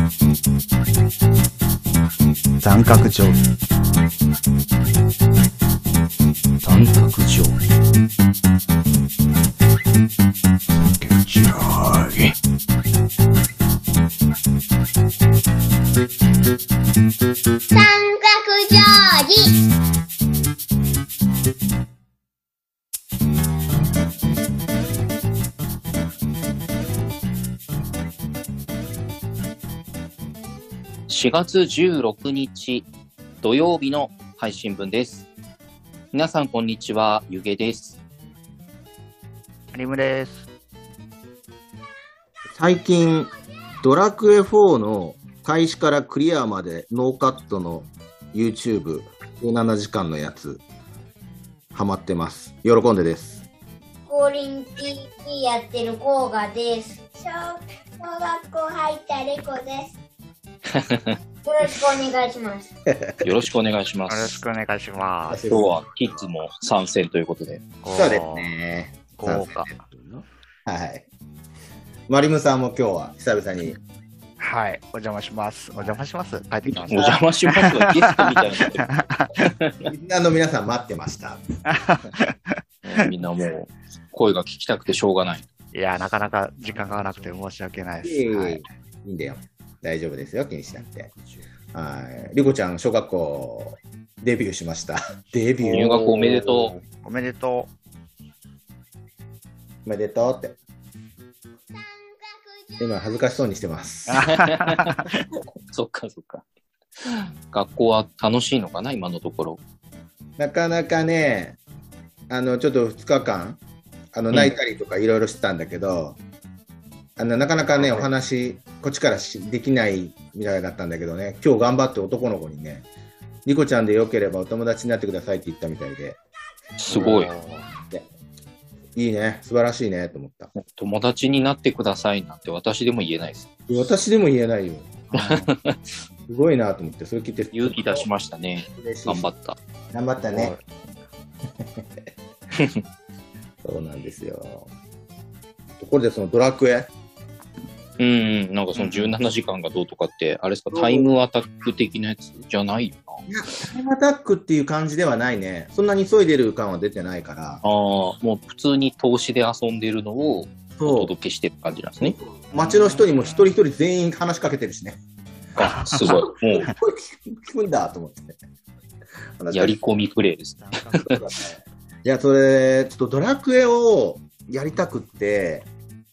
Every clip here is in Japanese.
三角定規。三角定規。 三角定規。 4月16日土曜日の配信分です。皆さんこんにちは、ゆげです。 リムです。 最近ドラクエ4の開始からクリアまでノーカットの YouTube 17時間のやつハマってます。喜んでです。 コリン TV やってるコーガです。小学校入ったレコです。よろしくお願いします。 よろしくお願いしまよろしす。 くお願いします。 今日はキッズも参戦ということで。 そうですね。 豪華。 はい。マリムさんも今日は久々に。 はい、お邪魔します。お邪魔します。帰ってきまおした。 邪魔しますがゲストみたいになってみんなの皆さん待ってました。 るみんなもう声が聞きたくてしょうがない。 いや、なかなか時間がなくて申し訳ないです。はい、 いいんだよ。大丈夫ですよ。気にしなくて。はい。リコちゃん、小学校デビューしました。デビュー。 入学おめでとう。おめでとう。おめでとうって。今恥ずかしそうにしてます。 そっかそっか。学校は楽しいのかな今のところ。 なかなかね、ちょっと2日間泣いたりとかいろいろしてたんだけど、なかなかねお話こっちからできないみたいだったんだけどね、今日頑張って男の子にね、リコちゃんでよければお友達になってくださいって言ったみたいで。 すごい。 いいね、素晴らしいねと思った。 友達になってくださいなんて私でも言えないです。 私でも言えないよ。すごいなと思って、それ聞いて勇気出しましたね。頑張った。 頑張ったね。そうなんですよ。ところでそのドラクエ、 なんかその17時間がどうとかって、あれですか、タイムアタック的なやつじゃないよな。 いや、タイムアタックっていう感じではないね。そんなに急いでる感は出てないから。 もう普通に投資で遊んでるのをお届けしてる感じなんですね。 街の人にも一人一人全員話しかけてるしね。 あ、すごい。もう聞くんだと思ってね。 やり込みプレイですね。 いや、それ、ちょっとドラクエをやりたくって、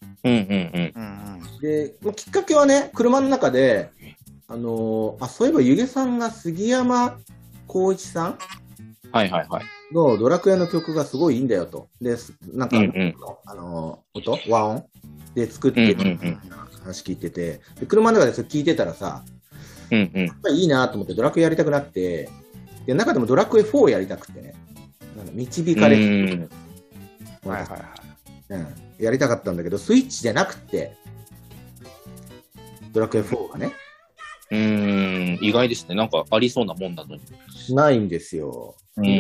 で、きっかけはね、車の中で、そういえば、ゆげさんが杉山浩一さんのドラクエの曲がすごいいいんだよと。で、なんか、音和音で作ってる話聞いてて、で車の中でそれ聞いてたらさ、やっぱりいいなと思ってドラクエやりたくなって、で、中でもドラクエ4やりたくてね、導かれて、やりたかったんだけど、スイッチじゃなくて、ドラクエ4がね。 意外ですね。なんかありそうなもんなのに。 ないんですよ。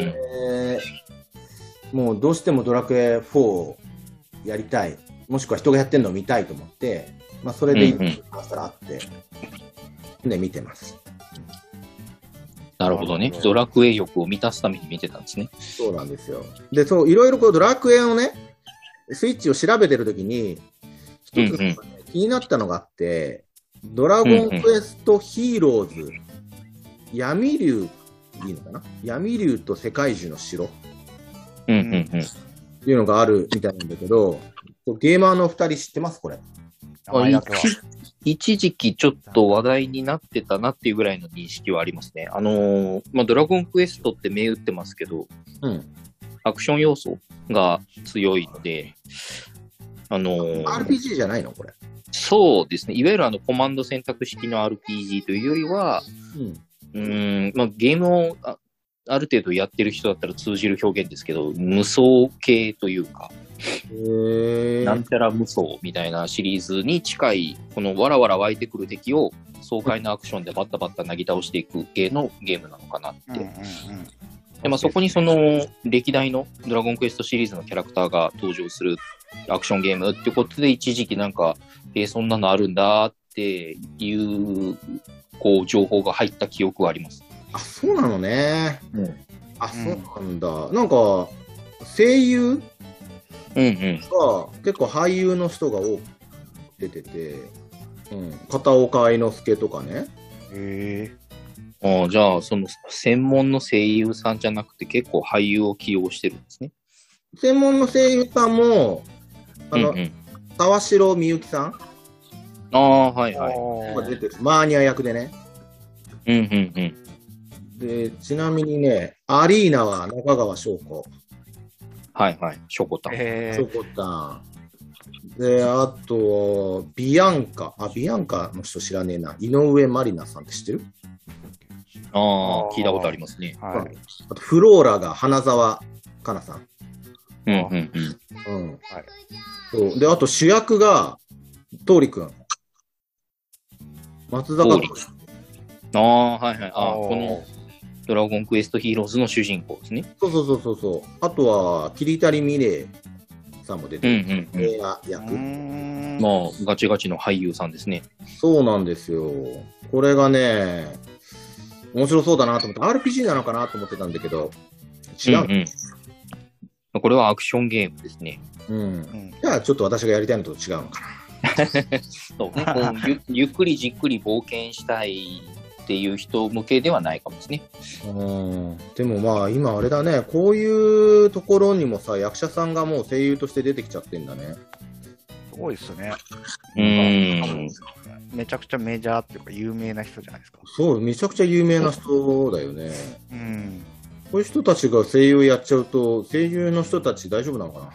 もうどうしてもドラクエ4をやりたい。もしくは人がやってるのを見たいと思って、それでいい話したらあって、ね、見てます。 なるほどね。ドラクエ欲を満たすために見てたんですね。 そうなんですよ。で、そう、いろいろこうドラクエをね、スイッチを調べてるときに、一つ、気になったのがあって、ドラゴンクエストヒーローズ、闇竜、いいのかな、闇竜と世界樹の城っていうのがあるみたいなんだけど、ゲーマーの2人知ってますこれ？ 一時期ちょっと話題になってたなっていうぐらいの認識はありますね。ドラゴンクエストって銘打ってますけど、アクション要素が強いので、 RPG じゃないのこれ？ そうですね。いわゆるコマンド選択式の RPG というよりは、ゲームをある程度やってる人だったら通じる表現ですけど、無双系というか、なんちゃら無双みたいなシリーズに近い、このわらわら湧いてくる敵を爽快なアクションでバッタバッタなぎ倒していく系のゲームなのかなって。で、そこにその歴代のドラゴンクエストシリーズのキャラクターが登場するアクションゲームってことで一時期なんか、そんなのあるんだっっていう、こう、情報が入った記憶があります。 あ、そうなのね。 うん。 あ、そうなんだ。なんか、声優が結構俳優の人が多く出てて、片岡愛之助とかね。 へえ。じゃあ、その専門の声優さんじゃなくて結構俳優を起用してるんですね。 専門の声優さんも、沢城みゆきさんはい。 出てる。マーニャ役でね。で、ちなみにね、アリーナは中川翔子。 はい。ショコタン。 ショコタン。で、あと、ビアンカの人知らねえな。井上まりなさんって知ってる？ 聞いたことありますね。 はい。あと、フローラが花澤香菜さん。そう。で、あと主役が、桃李くん。松坂桃李。 このドラゴンクエストヒーローズの主人公ですね。 そう。あとは、桐谷美玲さんも出てる。映画役。 ガチガチの俳優さんですね。 そうなんですよ。これがね、面白そうだなと思って、RPG なのかなと思ってたんだけど、違う。 これはアクションゲームですね。 じゃあ、ちょっと私がやりたいのと違うのかな。 そうね、ゆっくりじっくり冒険したいっていう人向けではないかもですね。 でもまあ今あれだね、こういうところにもさ、役者さんがもう声優として出てきちゃってんだね。 すごいっすね。めちゃくちゃメジャーっていうか有名な人じゃないですか。 そう、めちゃくちゃ有名な人だよね。こういう人たちが声優やっちゃうと、声優の人たち大丈夫なのかな？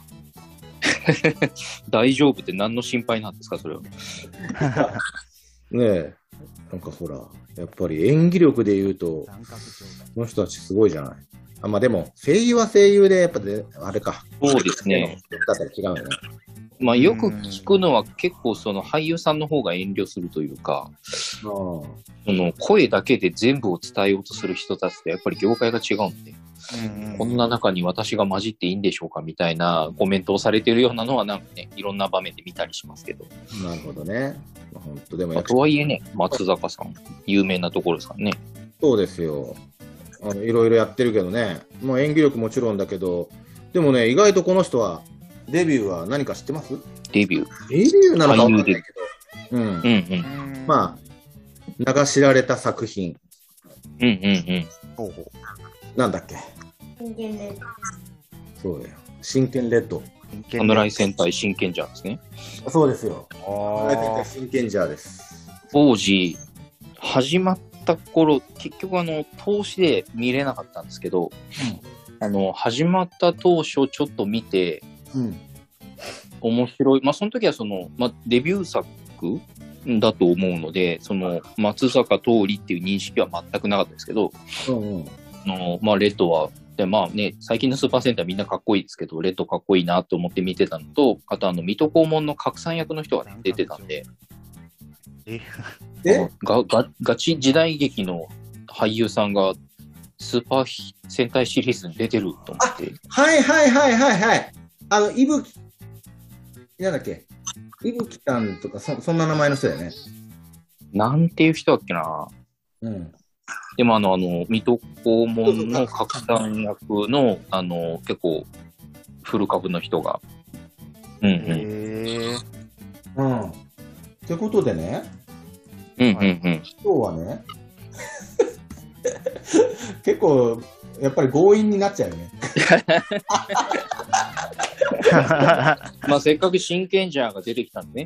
大丈夫って何の心配なんですか、それは。 ねえ、なんかほら、やっぱり演技力で言うと、この人たちすごいじゃない。まあでも、声優は声優で、やっぱで、あれか。 そうですね。 だったら違うよね。 よく聞くのは結構その俳優さんの方が遠慮するというか、その声だけで全部を伝えようとする人たちってやっぱり業界が違うんで、こんな中に私が混じっていいんでしょうかみたいなコメントをされてるようなのはなんかね、いろんな場面で見たりしますけど。 なるほどね。本当でもとはいえね、松坂さん、有名なところですからね。 そうですよ。いろいろやってるけどね、もう演技力もちろんだけど、でもね、意外とこの人は、デビューは何か知ってます？ デビューなのかわかんないけど。まあ、流しられた作品。なんだっけ？ 真剣レッド。 そうだよ。真剣レッド。 侍戦隊真剣ジャーですね。 そうですよ。侍戦隊真剣ジャーです。 当時、始まった頃、結局投資で見れなかったんですけど、始まった当初ちょっと見て、面白い。その時はデビュー作だと思うので、松坂桃李っていう認識は全くなかったですけど、レッドは、最近のスーパー戦隊みんなかっこいいですけど、レッドかっこいいなと思って見てたのと、あと水戸黄門の拡散役の人が、ね、出てたんで、ガチ時代劇の俳優さんがスーパー戦隊シリーズに出てると思って。 いぶき、なんだっけ、いぶきさんとかそんな名前の人だよね。 なんていう人だっけな。でも水戸黄門の拡散役の結構古株の人が。 ってことでね。今日はね。結構やっぱり強引になっちゃうよね。 せっかく真剣ジャーが出てきたんでね。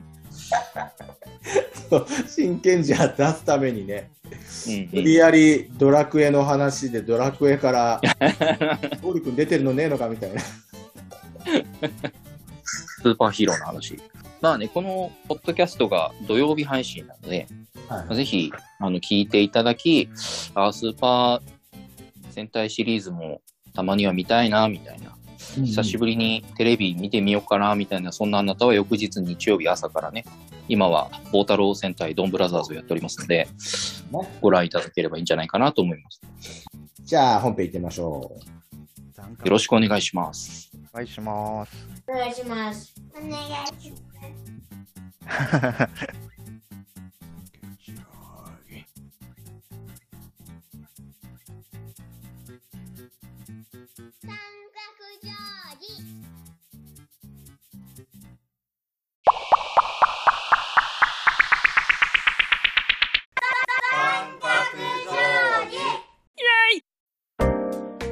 真剣ジャー出すためにね、無理やりドラクエの話でドラクエからゴリ君出てるのねえのかみたいな。スーパーヒーローの話。このポッドキャストが土曜日配信なので、ぜひ聞いていただき、スーパー戦隊シリーズもたまには見たいなみたいな、久しぶりにテレビ見てみようかなみたいな、そんなあなたは翌日日曜日朝からね、今は棒太郎戦隊ドンブラザーズをやっておりますので、ご覧いただければいいんじゃないかなと思います。 じゃあ本編行ってみましょう。 よろしくお願いします。 お願いします。 お願いします。お願いします。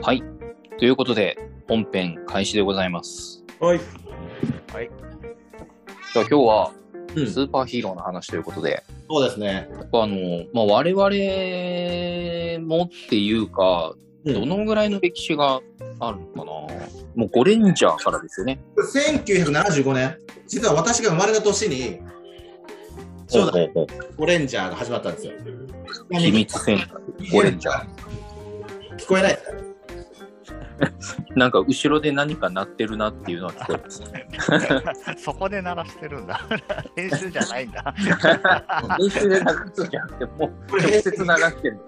はい。ということで、本編開始でございます。 はい。 はい。 じゃあ今日は、スーパーヒーローの話ということで。 そうですね。 我々もっていうか、どのぐらいの歴史があるのかな。もうゴレンジャーからですよね。 1975年。実は私が生まれた年に、ゴレンジャーが始まったんですよ。 秘密戦隊ゴレンジャー。 聞こえないですか？ なんか後ろで何か鳴ってるなっていうのは聞こえます。 そこで鳴らしてるんだ。編集じゃないんだ。 編集で流すんじゃなくて、もう直接流してる。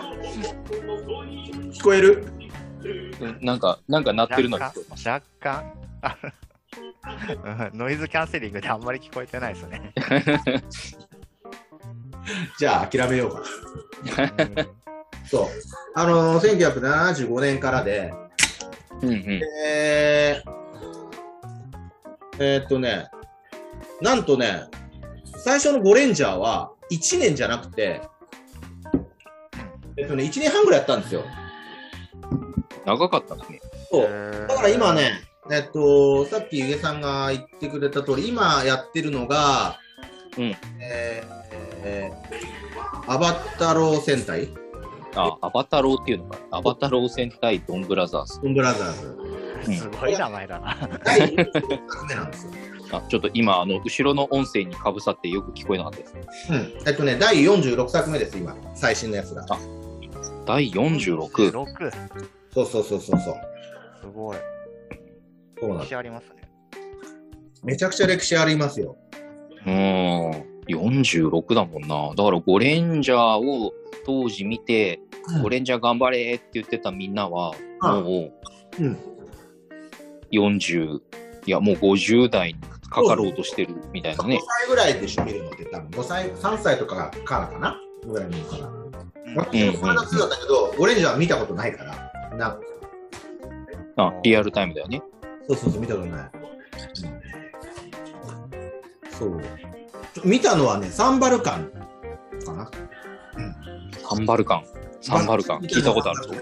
聞こえる？ なんか鳴ってるのは聞こえます。 若干ノイズキャンセリングであんまり聞こえてないですね。 じゃあ諦めようか。そう。1975年からで、なんとね、最初のゴレンジャーは1年じゃなくて、1年半ぐらいやったんですよ。 長かったんですね。 そう。だから今ね、さっきゆげさんが言ってくれた通り、今やってるのが、アバタロー戦隊。 アバタローっていうのか。アバタロー戦隊ドンブラザーズ。 ドンブラザーズ。 すごい名前だな。 第46作目なんですよ。 ちょっと今、後ろの音声にかぶさってよく聞こえなかったです。 第46作目です、今。最新のやつが。 第 46？ そう。すごい。歴史ありますね。 めちゃくちゃ歴史ありますよ。 46だもんな。だからゴレンジャーを当時見て、ゴレンジャー頑張れって言ってたみんなは、もう40、いやもう50代にかかろうとしてるみたいなね。 5歳ぐらいでしょ、見るのって多分。5歳、3歳とかからかなぐらい見るから。私もそんな強かったけど、ゴレンジャー見たことないから。 リアルタイムだよね。 そう、見たことない。そう。見たのはね、サンバルカンかな。 サンバルカン。聞いたことあるぞ。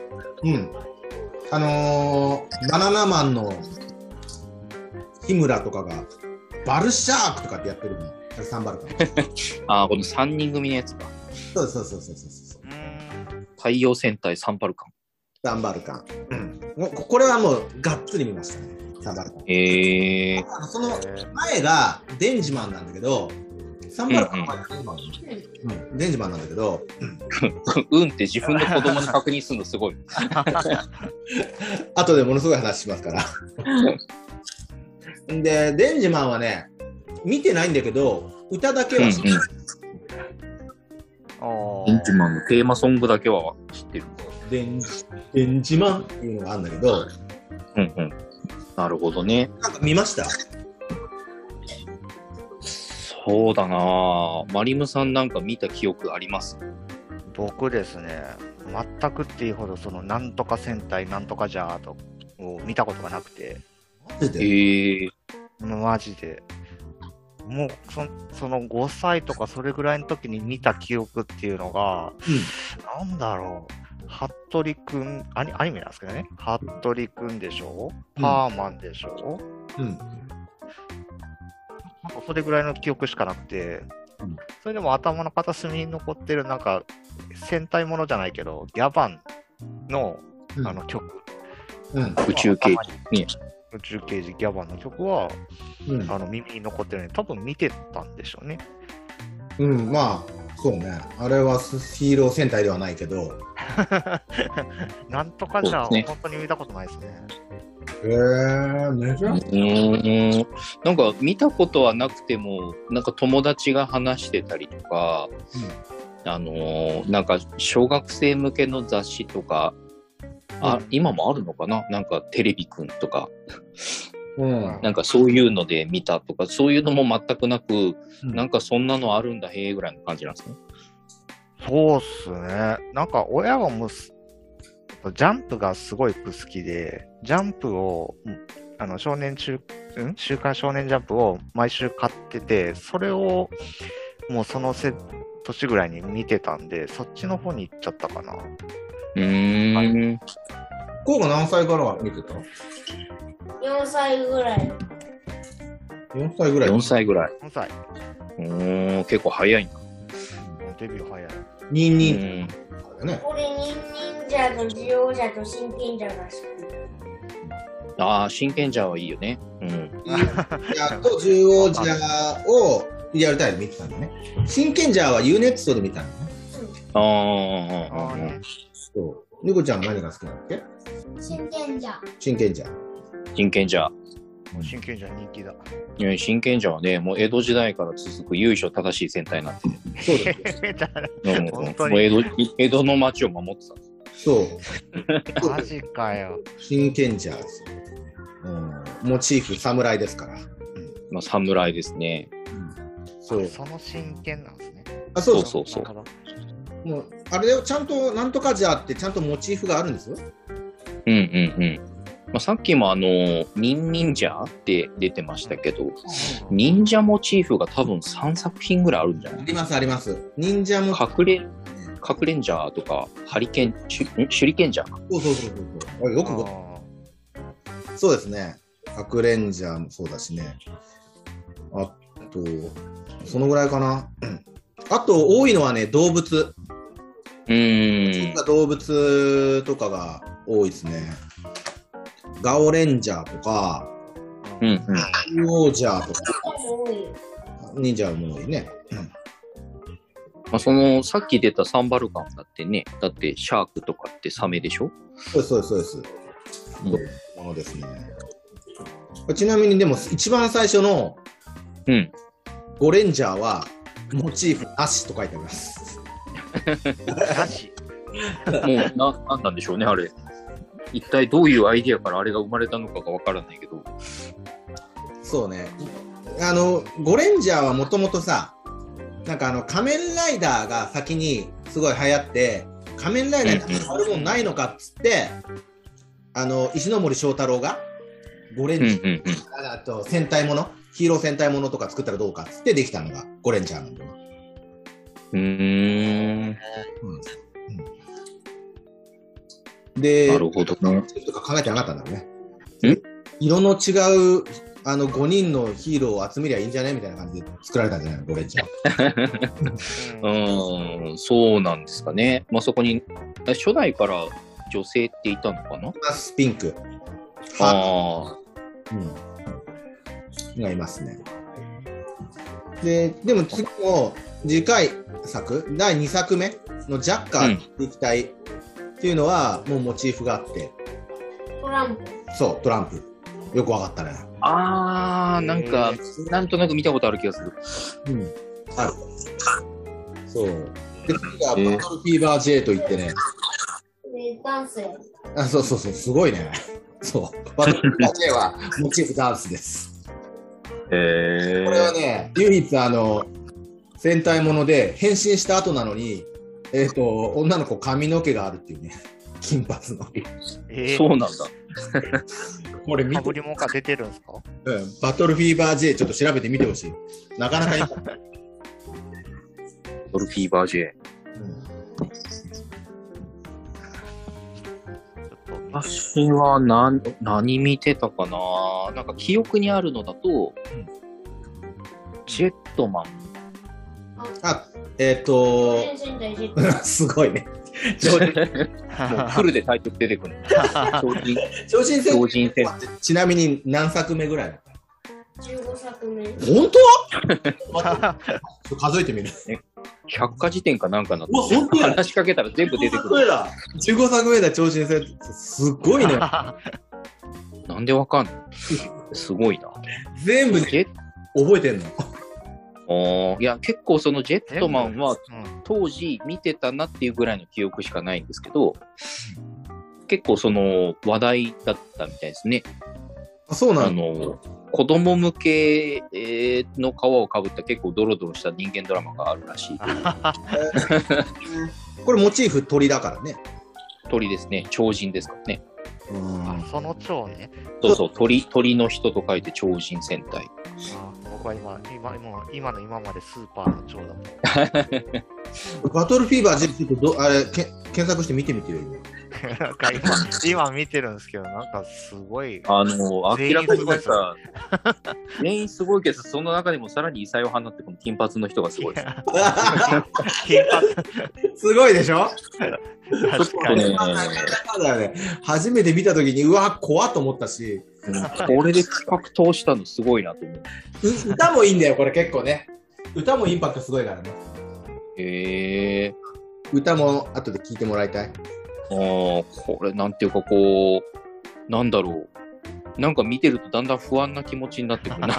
バナナマンの日村とかが、バルシャークとかってやってるの。サンバルカン。 この3人組のやつか。 そう。 太陽戦隊サンバルカン。 サンバルカン。これはもうがっつり見ましたね。サンバルカン。その前がデンジマンなんだけど、サンバルカンはデンジマンなんだけど、 って自分の子供に確認するのすごい。 後でものすごい話しますから。で、デンジマンはね、見てないんだけど、歌だけは知ってる。 デンジマンのテーマソングだけは知ってる。 デンジマンっていうのがあるんだけど、 なるほどね。 なんか見ました？ そうだな。マリムさんなんか見た記憶あります？ 僕ですね、全くっていうほどそのなんとか戦隊なんとかじゃーとを見たことがなくて。マジで。もうその5歳とかそれぐらいの時に見た記憶っていうのが、なんだろう、服部くん、アニメなんですけどね、服部くんでしょ、パーマンでしょ、なんかそれぐらいの記憶しかなくて、それでも頭の片隅に残ってるなんか戦隊ものじゃないけど、ギャバンの曲、 宇宙刑事。 宇宙刑事ギャバンの曲は、耳に残ってるので、多分見てたんでしょうね。 まあ、そうね。あれはヒーロー戦隊ではないけど。 なんとかじゃ、本当に見たことないですね。 珍しい。 なんか見たことはなくても、なんか友達が話してたりとか、なんか小学生向けの雑誌とか、今もあるのかな、なんかテレビくんとか、なんかそういうので見たとか、そういうのも全くなく、なんかそんなのあるんだへーぐらいの感じなんですね。 そうっすね。なんか親がもうジャンプがすごい好きで、ジャンプを週刊少年ジャンプを毎週買ってて、それをもうその年ぐらいに見てたんで、そっちの方に行っちゃったかな。 こうが何歳から見てた ?4 歳ぐらい。 4歳ぐらい。 4歳ぐらい。 4歳。 結構早いな。 デビュー早い。 ニンニン。 ね。これ、ニンニンジャーとジオジャーと真剣ジャーが好き。 ああ、真剣ジャーはいいよね。 ニンニンジャーとジオジャーをリアルタイムで見てたんだね。真剣ジャーは UNEXT で見たんだね。そう。ニコちゃんは何が好きなんだっけ？ 真剣ジャー。 真剣ジャー。真剣ジャー人気だ。 いや、真剣ジャーはね、もう江戸時代から続く由緒正しい戦隊になってて。 そうです。 本当に。もう江戸の町を守ってた。 そう。 マジかよ。 真剣ジャーです。モチーフ、侍ですから。 まあ、侍ですね。 そう。その真剣なんですね。 あ、そうそうそう。もう、あれでちゃんと、なんとかジャーってちゃんとモチーフがあるんですよ。 まあ、さっきも忍者って出てましたけど、忍者モチーフが多分3作品ぐらいあるんじゃない？ ありますあります。忍者も隠れんじゃーとか、ハリケン、手裏剣じゃーか。 そう。よくそうですね。隠れんじゃーもそうだしね。あと、そのぐらいかな。あと、多いのはね、動物。動物とかが多いですね。ガオレンジャーとか、ジオジャーとか、忍者も多いね。 まあ、さっき出たサンバルカンだってね、だってシャークとかってサメでしょ？ そうです。ものですね。ちなみにでも一番最初のゴレンジャーはモチーフなしと書いてあります。 なし？ もうなんなんでしょうね、あれ。一体どういうアイディアからあれが生まれたのかがわからないけど。 そうね。ゴレンジャーはもともとさ、なんか仮面ライダーが先にすごい流行って、仮面ライダーにあるもんないのかっつって、石ノ森章太郎がゴレンジャー、あと戦隊もの、ヒーロー戦隊ものとか作ったらどうかっつってできたのがゴレンジャーなんだよ。で、 なるほどね。 とか考えてなかったんだろうね。色の違う5人のヒーローを集めりゃいいんじゃねみたいな感じで作られたんじゃないの、ゴレンジャー。そうなんですかね。まあ、そこに初代から女性っていたのかな？ ピンク。がいますね。でも次も次回作、第2作目のジャッカー撃退っていうのはもうモチーフがあって。 トランプ。そう、 トランプ。よくわかったね。 なんか、なんとなく見たことある気がする。 ある。そう。で、次がバトルフィーバー J といってね。 ダンス。 そう、すごいね。そう。バトルフィーバー J はモチーフダンスです。これはね、唯一戦隊もので変身した後なのに、女の子髪の毛があるっていうね。金髪の。 そうなんだ。 これ見て。 かぶりもんが出てるんですか？ バトルフィーバー J ちょっと調べてみてほしい。なかなかいい。バトルフィーバー J。私は何見てたかな。なんか記憶にあるのだと、ジェットマン。 すごいね。 もうフルでタイトル出てくる。 超人戦ちなみに何作目ぐらいだった？ 15作目。 本当？数えてみる。 百科事典かなんかなって話しかけたら全部出てくる。 15作目だ、超新星。すごいね。 なんでわかんの？すごいな。 全部覚えてんの？ いや、結構そのジェットマンは当時見てたなっていうぐらいの記憶しかないんですけど、結構その話題だったみたいですね。 そうなの？ 子供向けの皮をかぶった結構ドロドロした人間ドラマがあるらしい。 これモチーフ鳥だからね。 鳥ですね。超人ですからね。 その蝶ね。 そう、鳥の人と書いて超人戦隊。 僕は今の今までスーパーの蝶だと。 バトルフィーバー J あれ検索して見てみてよ、 なんか今見てるんですけど、なんかすごい。 明らかになんか、全員すごいけど、その中でもさらに異彩を放って、この金髪の人がすごいです。 金髪すごいでしょ。 確かに。 初めて見たときに、うわ、怖っと思ったし。 これで企画通したのすごいなと思う。 歌もいいんだよ、これ結構ね。歌もインパクトすごいからね。歌も後で聴いてもらいたい。 これなんていうかこう、なんだろう。なんか見てるとだんだん不安な気持ちになってくるな。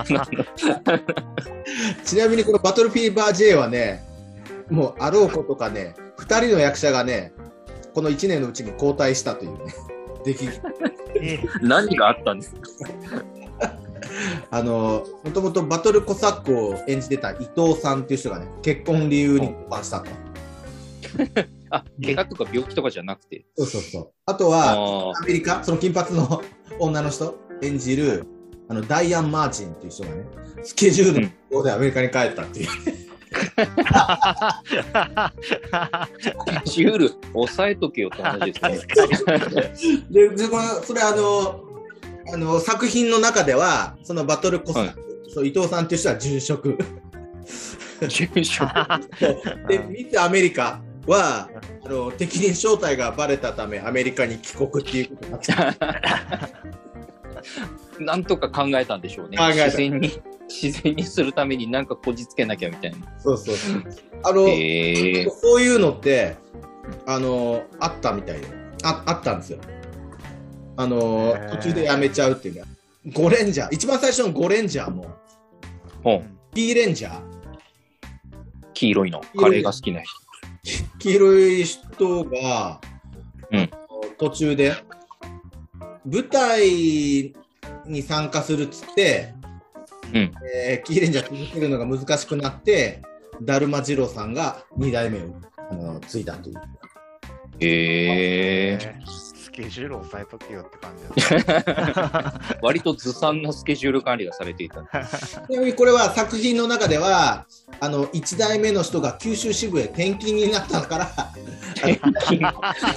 ちなみにこのバトルフィーバー J はね、もうあろうことかね、2人の役者がね、この1年のうちに交代したというね、出来何があったんですか。 もともとバトルコサックを演じてた伊藤さんっていう人がね、結婚理由に降板したと。 怪我とか病気とかじゃなくて。 そう。あとは、アメリカ、その金髪の女の人演じる、ダイアン・マーチンっていう人がね、スケジュールの都合でアメリカに帰ったっていう。スケジュール抑えとけよって話ですね。 でそれ作品の中ではそのバトルコサック、そう伊藤さんっていう人は殉職。 殉職。 でミスアメリカは敵に正体がバレたためアメリカに帰国っていうことになっちゃう。なんとか考えたんでしょうね。自然にするためになんかこじつけなきゃみたいな。そう。そういうのってあったみたいで、あったんですよ。途中でやめちゃうっていうのは。ゴレンジャー、一番最初のゴレンジャーも、キーレンジャー、 黄色いの、カレーが好きな人。 黄色い人が、途中で舞台に参加するっつって、キーレンジャー続けるのが難しくなって、だるま二郎さんが2代目を継いだという。 スケジュールを抑えとけよって感じです。 割とずさんなスケジュール管理がされていた。 ちなみにこれは作品の中では1代目の人が九州支部へ転勤になったから転勤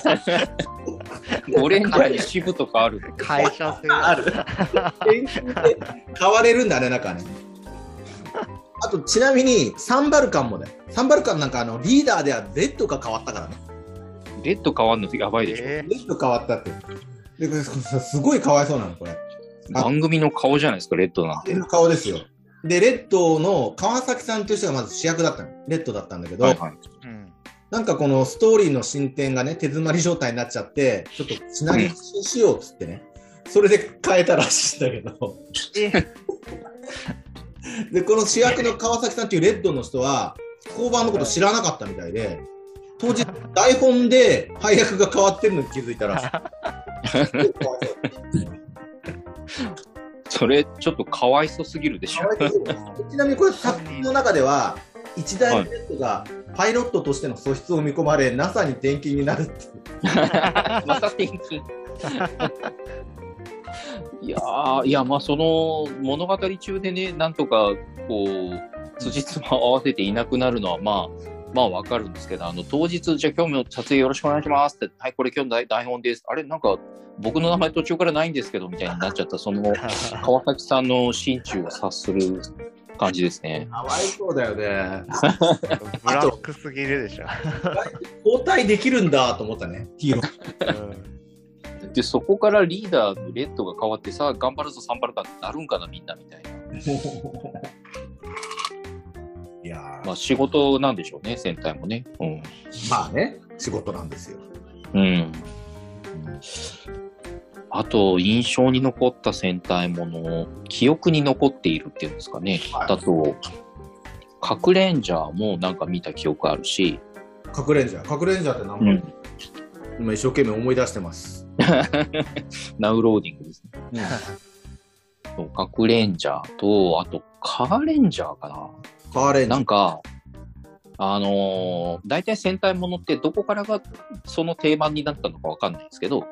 ゴレンジャーに支部とかある会社性ある転勤で変われるんだね、なんかね。あとちなみにサンバルカンもね、サンバルカンなんかリーダーではレッドが変わったからね。 レッド変わるのやばいでしょ。 レッド変わったって。すごいかわいそうなの、これ。 番組の顔じゃないですか、レッドなんて。 顔ですよ。で、レッドの川崎さんという人がまず主役だったの。レッドだったんだけど、なんかこのストーリーの進展がね、手詰まり状態になっちゃって、ちょっとシナリオにしようっつってね、それで変えたらしいんだけど。で、この主役の川崎さんっていうレッドの人は、交番のこと知らなかったみたいで、当時、台本で配役が変わってるのに気づいたらそれ、ちょっとかわいそすぎるでしょ。 ちなみにこれ、作品の中では、1代目レッドがパイロットとしての素質を見込まれ、NASA に転勤になるっていう。 また転勤。いや、まあ、その物語中でね、なんとか、こう、辻褄を合わせていなくなるのは、まあわかるんですけど、当日、じゃあ今日も撮影よろしくお願いしますって、はい、これ今日の台本です。あれ、なんか、僕の名前途中からないんですけど、みたいになっちゃった、その、川崎さんの心中を察する感じですね。 かわいそうだよね。 ブラックすぎるでしょ。 交代できるんだと思ったね、ヒーロー。で、そこからリーダーのレッドが変わってさ、頑張るぞ、サンバルカってなるんかな、みんな、みたいな。 いやまあ仕事なんでしょうね、戦隊もね。 まあね、仕事なんですよ。 あと、印象に残った戦隊もの、記憶に残っているっていうんですかね。だと、核レンジャーもなんか見た記憶あるし。 核レンジャーって何も、今一生懸命思い出してます。 ナウローディングですね。核レンジャーと、あと、カーレンジャーかな。なんか、大体戦隊ものってどこからがその定番になったのかわかんないんですけど、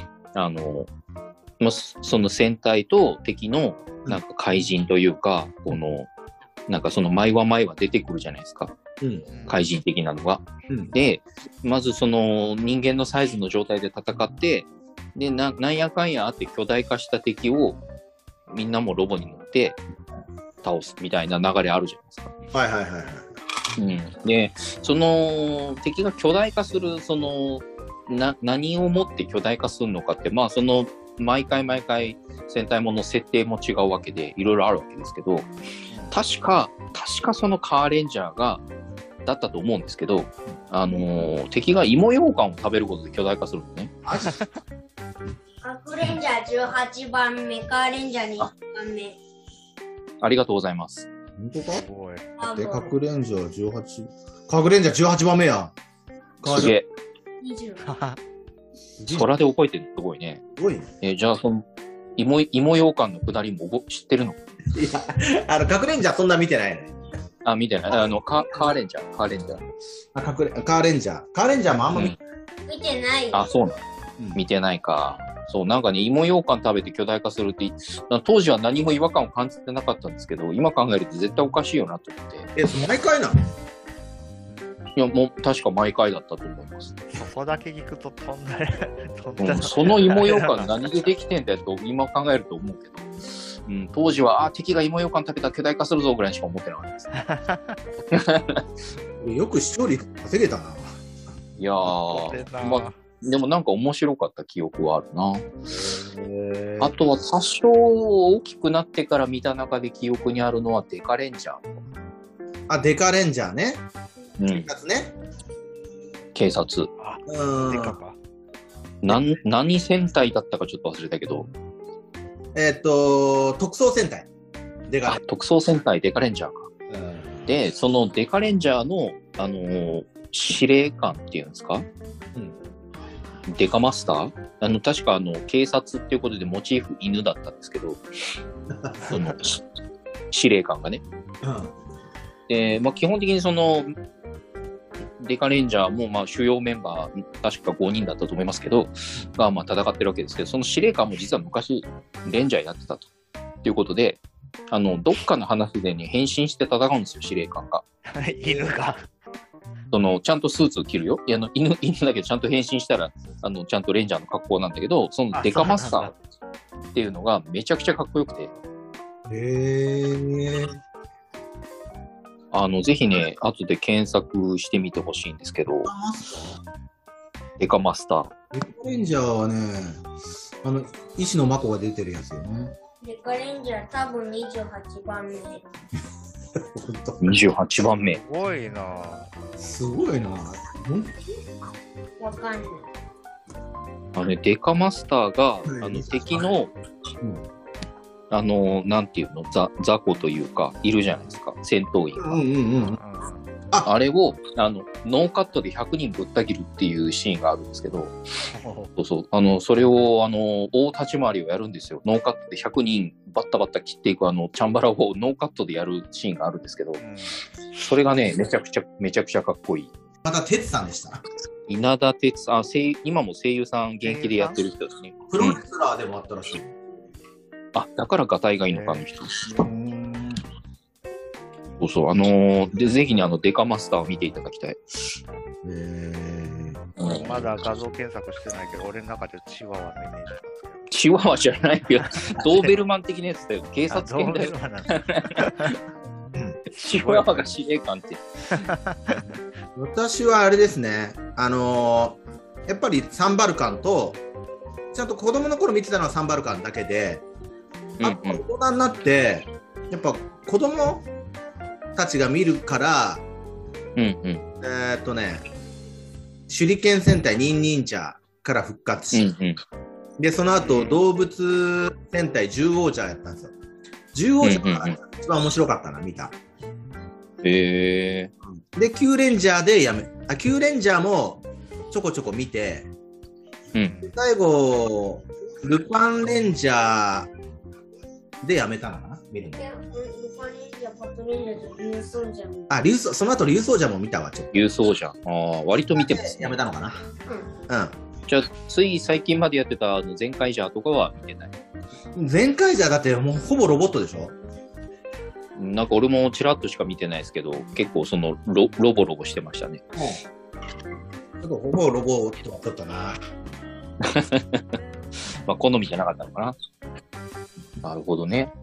その戦隊と敵のなんか怪人というか、この、なんかその毎話出てくるじゃないですか。 怪人的なのが。で、まずその人間のサイズの状態で戦って、で、なんやかんやあって巨大化した敵をみんなもロボに乗って倒すみたいな流れあるじゃないですか。 はいはいはいはい。 で、その敵が巨大化する、その、何をもって巨大化するのかって、まあその、毎回戦隊もの設定も違うわけで、いろいろあるわけですけど、確かそのカーレンジャーだったと思うんですけど、敵が芋羊羹を食べることで巨大化するのね。 核レンジャー18番目、カーレンジャー20番目。 ありがとうございます。 本当か？で、核レンジャー18。核レンジャー18番目や。 すげえ。 20。 そらで覚えてるすごいね。 すごいね。 じゃあ、その、芋羊羹のくだりも知ってるの？いや、核レンジャーそんな見てないね。 あ、見てない。カーレンジャー。カーレンジャーもあんま見てない。 あ、そうなの。見てないか。そう、なんかね、芋羊羹食べて巨大化するって、当時は何も違和感を感じてなかったんですけど、今考えると絶対おかしいよなと思って。 毎回なの？ いや、もう確か毎回だったと思います。 そこだけ聞くと飛んだその芋羊羹何でできてんだよと今考えると思うけど、当時は、敵が芋羊羹食べたら巨大化するぞぐらいしか思ってなかったです。 よく視聴率稼げたな。 いやー、でもなんか面白かった記憶はあるな。あとは多少大きくなってから見た中で記憶にあるのはデカレンジャー。 あ、デカレンジャーね。 警察ね。警察。 デカか。 何戦隊だったかちょっと忘れたけど。 特捜戦隊。 特捜戦隊デカレンジャーか。で、そのデカレンジャーの、司令官っていうんですか？デカマスター？確か警察っていうことでモチーフ犬だったんですけど、その司令官がね。で、まあ基本的にその、デカレンジャーもまあ主要メンバー、確か5人だったと思いますけど、がまあ戦ってるわけですけど、その司令官も実は昔レンジャーやってたと。ということで、どっかの話でね、変身して戦うんですよ、司令官が。 犬が。 ちゃんとスーツを着るよ。犬だけどちゃんと変身したら、ちゃんとレンジャーの格好なんだけど、そのデカマスターっていうのがめちゃくちゃかっこよくて。ぜひね、後で検索してみてほしいんですけど、デカマスター。 デカレンジャーはね、石野真子が出てるやつよね。 デカレンジャー多分28番目。 28番目。 すごいな。 すごいな。 わかんない。 デカマスターが、敵の、なんていうの、雑魚というか、いるじゃないですか、戦闘員が。あれを、ノーカットで100人ぶった切るっていうシーンがあるんですけど、それを、大立ち回りをやるんですよ。ノーカットで100人バッタバッタ切っていくチャンバラをノーカットでやるシーンがあるんですけど、それがね、めちゃくちゃかっこいい。 また哲さんでした。 稲田哲、今も声優さん現役でやってる人ですね。 プロレスラーでもあったらしい。 だからガタイがいいのか、あの人。で、ぜひにデカマスターを見ていただきたい。 まだ画像検索してないけど、俺の中でチワワのイメージなんですけど。 チワワじゃないよ。ドーベルマン的なやつだよ。警察犬だよ。チワワが司令官って。 私はあれですね。やっぱりサンバルカンと、ちゃんと子供の頃見てたのはサンバルカンだけで、大人になって、やっぱ子供たちが見るから、手裏剣戦隊ニンニンジャーから復活し、で、その後、動物戦隊獣王者やったんですよ。獣王者が一番面白かったな、見た。で、キューレンジャーでキューレンジャーもちょこちょこ見て、最後、ルパンレンジャーでやめたのかな、見るの。その後、竜奏者も見たわ、ちょっと。 竜奏者。割と見てますね。 やめたのかな。 じゃあ、つい最近までやってたゼンカイジャーとかは見てない？ ゼンカイジャーだってもうほぼロボットでしょ？ なんか俺もちらっとしか見てないですけど、結構そのロボロボしてましたね。 ちょっとほぼロボとはちょっとな。 まあ好みじゃなかったのかな。なるほどね。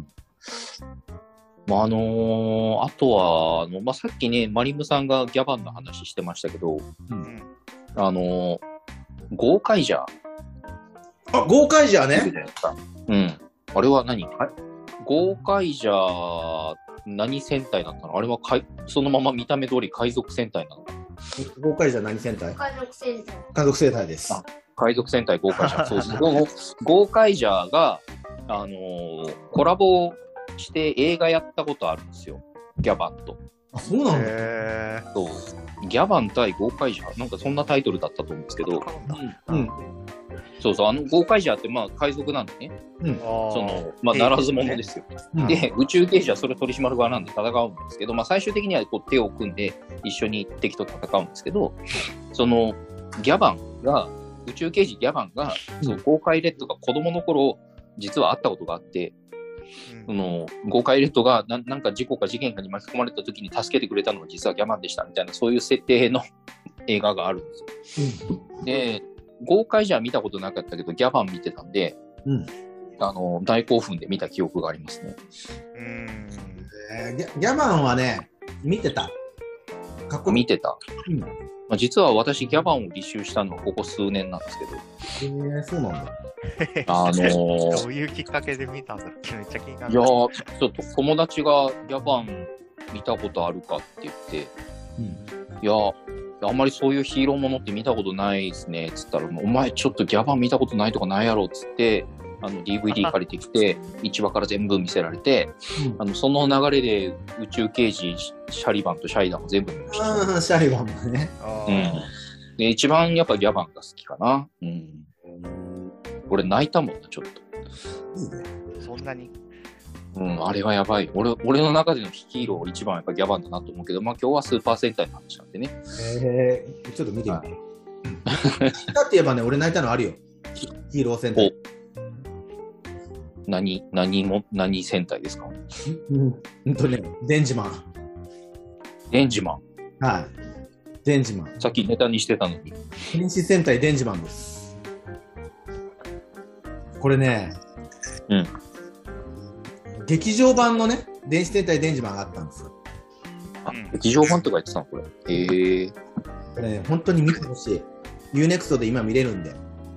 まああとはまあ、さっきね、マリムさんがギャバンの話してましたけど、ゴーカイジャー。 あ、ゴーカイジャーね。 あれは何？ゴーカイジャー、何戦隊だったの？あれはそのまま見た目通り海賊戦隊なの？ ゴーカイジャー何戦隊？ 海賊戦隊。 海賊戦隊です。 海賊戦隊ゴーカイジャー。そうです。ゴーカイジャーが、コラボして映画やったことあるんですよ。ギャバンと。 あ、そうなんだ。 そう。ギャバン対ゴーカイジャー、なんかそんなタイトルだったと思うんですけど。そうそう、ゴーカイジャーってまあ海賊なんでね。まあならず者ですよ。で、宇宙刑事はそれ取り締まる側なんで戦うんですけど、まあ最終的にはこう手を組んで一緒に敵と戦うんですけど、そのギャバンが、宇宙刑事ギャバンが、そのゴーカイレッドが子供の頃、実は会ったことがあって、ゴーカイレッドがなんか事故か事件かに巻き込まれた時に助けてくれたのが実はギャバンでしたみたいな、そういう設定の映画があるんですよ。で、ゴーカイジャー見たことなかったけど、ギャバン見てたんで、大興奮で見た記憶がありますね。 ギャバンはね、見てた。 見てた。まあ、実は私、ギャバンを履修したのはここ数年なんですけど。そうなんだ。 どういうきっかけで見たんだろう？めっちゃ気になる。 いやー、ちょっと友達がギャバン見たことあるかって言って、いやあんまりそういうヒーローものって見たことないですねっつったら、お前ちょっとギャバン見たことないとかないやろっつって、DVD 借りてきて、1話から全部見せられて、その流れで宇宙刑事、シャリバンとシャイダンを全部見ました。 シャリバンもね。 で、一番やっぱギャバンが好きかな。俺泣いたもんな、ちょっと。 いいね。そんなに？ あれはやばい。俺の中でのヒーロー一番やっぱギャバンだなと思うけど、まあ今日はスーパー戦隊の話なんでね。 ちょっと見てみて。だって言えばね、俺泣いたのあるよ。ヒーロー戦隊。 何戦隊ですか？ デンジマン。 デンジマン。 はい。デンジマン。 さっきネタにしてたのに。 天使戦隊デンジマンです。これね、劇場版のね、電子戦隊デンジマンがあったんですよ。 劇場版とか言ってたのこれ。 これね、本当に見てほしい。UNEXT で今見れるんで。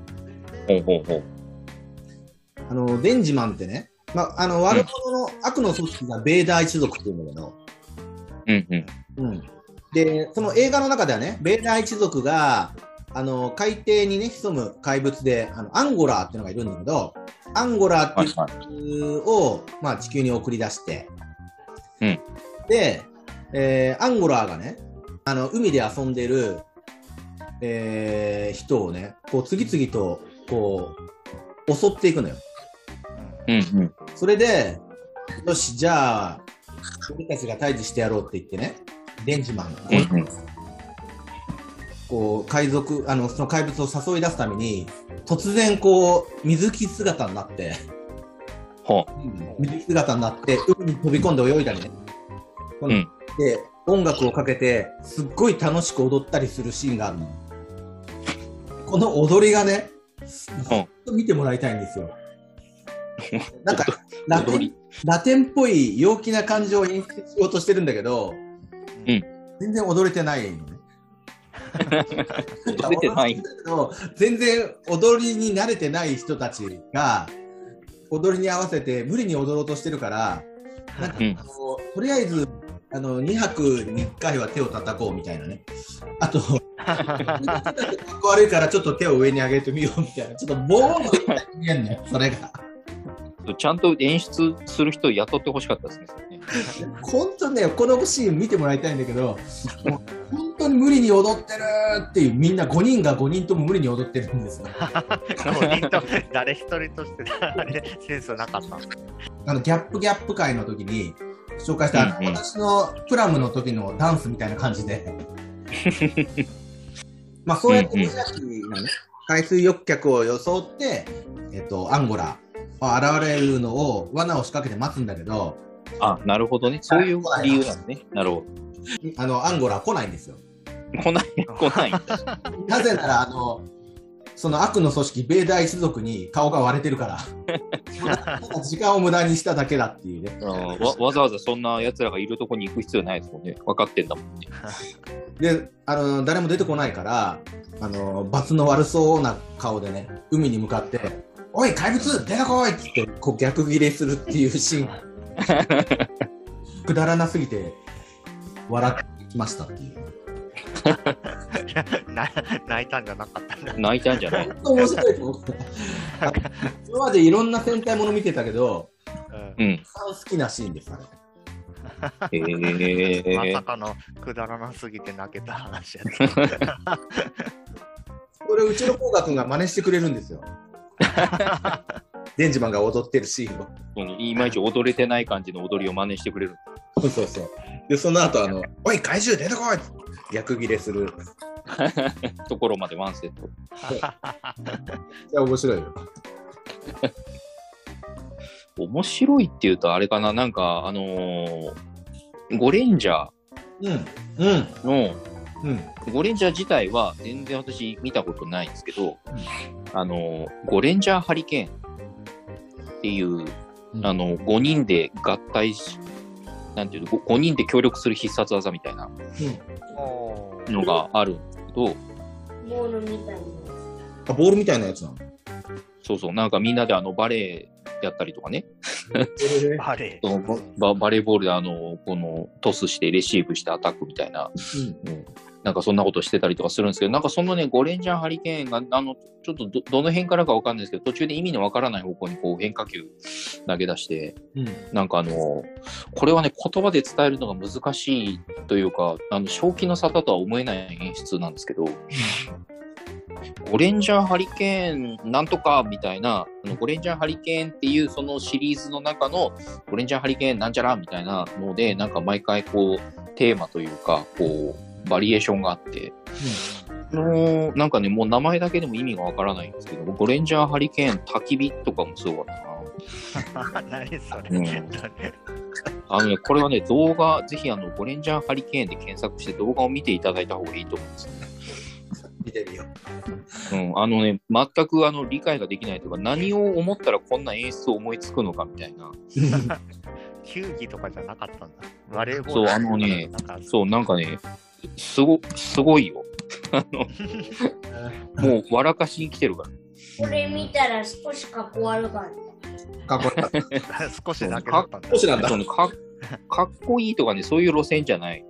デンジマンってね、悪者の悪の組織がベーダー一族っていうんだけど、で、その映画の中ではね、ベーダー一族が、海底にね、潜む怪物で、アンゴラーっていうのがいるんだけど、アンゴラーっていうのを、まあ、地球に送り出して、で、アンゴラーがね、海で遊んでる、人をね、こう、次々と、こう、襲っていくのよ。それで、よし、じゃあ、俺たちが退治してやろうって言ってね、デンジマンが、こう、海賊、その怪物を誘い出すために、突然、こう、水着姿になって、水着姿になって、海に飛び込んで泳いだりね。で、音楽をかけて、すっごい楽しく踊ったりするシーンがあるの。この踊りがね、見てもらいたいんですよ。なんかラテンっぽい陽気な感じを演出しようとしてるんだけど、全然踊れてないのね。 踊れてない。 全然踊りに慣れてない人たちが踊りに合わせて無理に踊ろうとしてるから、なんかとりあえず2泊に1回は手を叩こうみたいなね。あと悪いからちょっと手を上に上げてみようみたいな、ちょっとボーンと見えんね、それが。 ちゃんと演出する人を雇ってほしかったですね。 本当ね、このシーン見てもらいたいんだけど、もう本当に無理に踊ってるっていう、みんな5人が5人とも無理に踊ってるんですよ。 5人と誰一人としてセンスなかった。 ギャップ会の時に紹介した、私のプラムの時のダンスみたいな感じで。まあそうやって無邪気なね、海水浴客を装って、アンゴラ現れるのを罠を仕掛けて待つんだけど、 あ、なるほどね。そういう理由なんね。なるほど。アンゴラ来ないんですよ。 来ないんだ。 なぜなら、その悪の組織、ベーダー一族に顔が割れてるから、時間を無駄にしただけだっていうね。 わざわざそんな奴らがいるとこに行く必要ないですもんね。分かってんだもんね。 で、誰も出てこないから、罰の悪そうな顔でね、海に向かって、おい、怪物出てこいっつって、こう逆ギレするっていうシーン。くだらなすぎて、笑ってきましたっていう。 泣いたんじゃなかったね。 泣いたんじゃない。 本当面白いと思って。今までいろんな戦隊もの見てたけど、好きなシーンです、あれ。 まさかのくだらなすぎて泣けた話やった。 これ、うちの甲賀君が真似してくれるんですよ。デンジマンが踊ってるシーンを。 いまいち踊れてない感じの踊りを真似してくれる。 そう。で、その後、おい、怪獣出てこい逆ギレする。 ところまでワンセット。 いや、面白いよ。 面白いっていうと、あれかな、なんか、ゴレンジャーの、ゴレンジャー自体は全然私見たことないんですけど、ゴレンジャーハリケーンっていう、5人で合体し、なんていうの、5人で協力する必殺技みたいなのがあるんですけど、 ボールみたいなやつ。ボールみたいなやつなの？ そう、なんかみんなでバレーやったりとかね。 バレーバレーボールでこのトスしてレシーブしてアタックみたいな、なんかそんなことしてたりとかするんですけど、なんかそのね、ゴレンジャーハリケーンが、ちょっとどの辺からかわかんないですけど、途中で意味のわからない方向にこう変化球投げ出して、なんかこれはね、言葉で伝えるのが難しいというか、正気の沙汰とは思えない演出なんですけど、ゴレンジャーハリケーンなんとかみたいな、ゴレンジャーハリケーンっていうそのシリーズの中のゴレンジャーハリケーンなんちゃらみたいなので、なんか毎回こうテーマというか、こうバリエーションがあって、なんかね、もう名前だけでも意味がわからないんですけど、ゴレンジャーハリケーン焚き火とかもすごかったな。 何それ、 ね、これはね、動画、ぜひゴレンジャーハリケーンで検索して動画を見ていただいた方がいいと思うんですよね。 見てみよう。ね、全く理解ができないというか、何を思ったらこんな演出を思いつくのかみたいな。 球技とかじゃなかったんだ。バレーボール。そう、なんかね、すごいよ。もう笑かしに来てるから。 これ見たら少しかっこ悪かった。 かっこ悪かった。 少しだけだったんだ。 少しなんだ。 かっこいいとかね、そういう路線じゃない。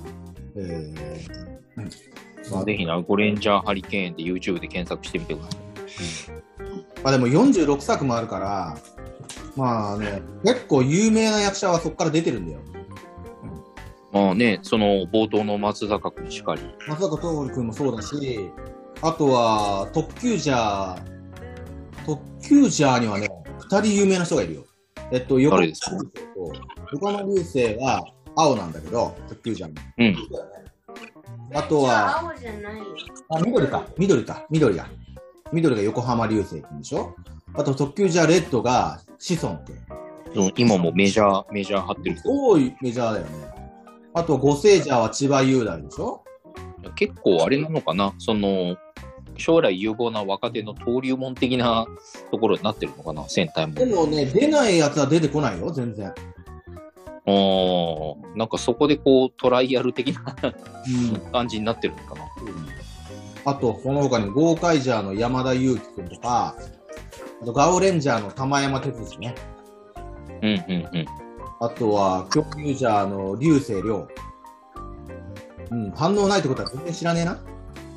ぜひな、ゴレンジャーハリケーンで YouTube で検索してみてください。 でも46作もあるから、まあね、結構有名な役者はそこから出てるんだよ。 まあね、その冒頭の松坂君しかり。 松坂桃李君もそうだし、あとは特急ジャーにはね、2人有名な人がいるよ。横浜流星は青なんだけど、特急ジャーの。あとは、 青じゃないよ。 緑が横浜流星君でしょ。あと特急ジャーレッドが志尊君。 今もメジャー張ってる。 多いメジャーだよね。あと五星ジャーは千葉雄大でしょ。 結構あれなのかな、将来有望な若手の登竜門的なところになってるのかな、戦隊も。でもね、出ないやつは出てこないよ、全然。 なんかそこでこうトライアル的な感じになってるのかな。 あと、この他にゴーカイジャーの山田裕貴君とか、あとガオレンジャーの玉山哲司ね。あとは、極ユージャーの流星涼。反応ないってことは全然知らねえな。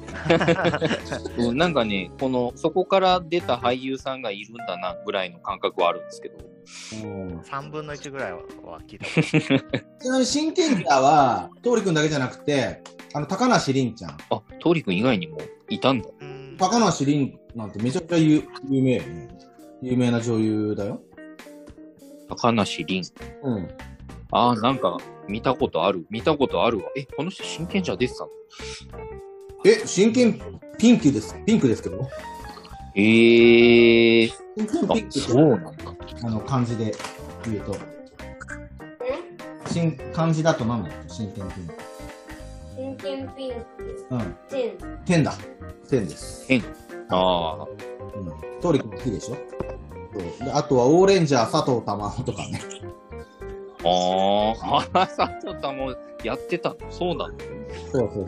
なんかね、そこから出た俳優さんがいるんだなぐらいの感覚はあるんですけど。 3分の1ぐらいは聞いたこと。ちなみに真剣者は、桃李君だけじゃなくて、高梨臨ちゃん。 あ、桃李君以外にもいたんだ。 高梨臨なんてめちゃくちゃ有名よね。有名な女優だよ。 高梨臨。なんか見たことあるわ。この人真剣者出てたの？ 真剣ピンクですけど。 そうなんだ。 漢字で言うと。 漢字だと何だっけ？真剣ピンク。 真剣ピンク。 うん。 天だ。天です。 天。ああ。 トーリ君も好きでしょ？そうで、あとはオーレンジャー佐藤玉緒とかね。 佐藤玉緒やってたの？そうなの？ そう。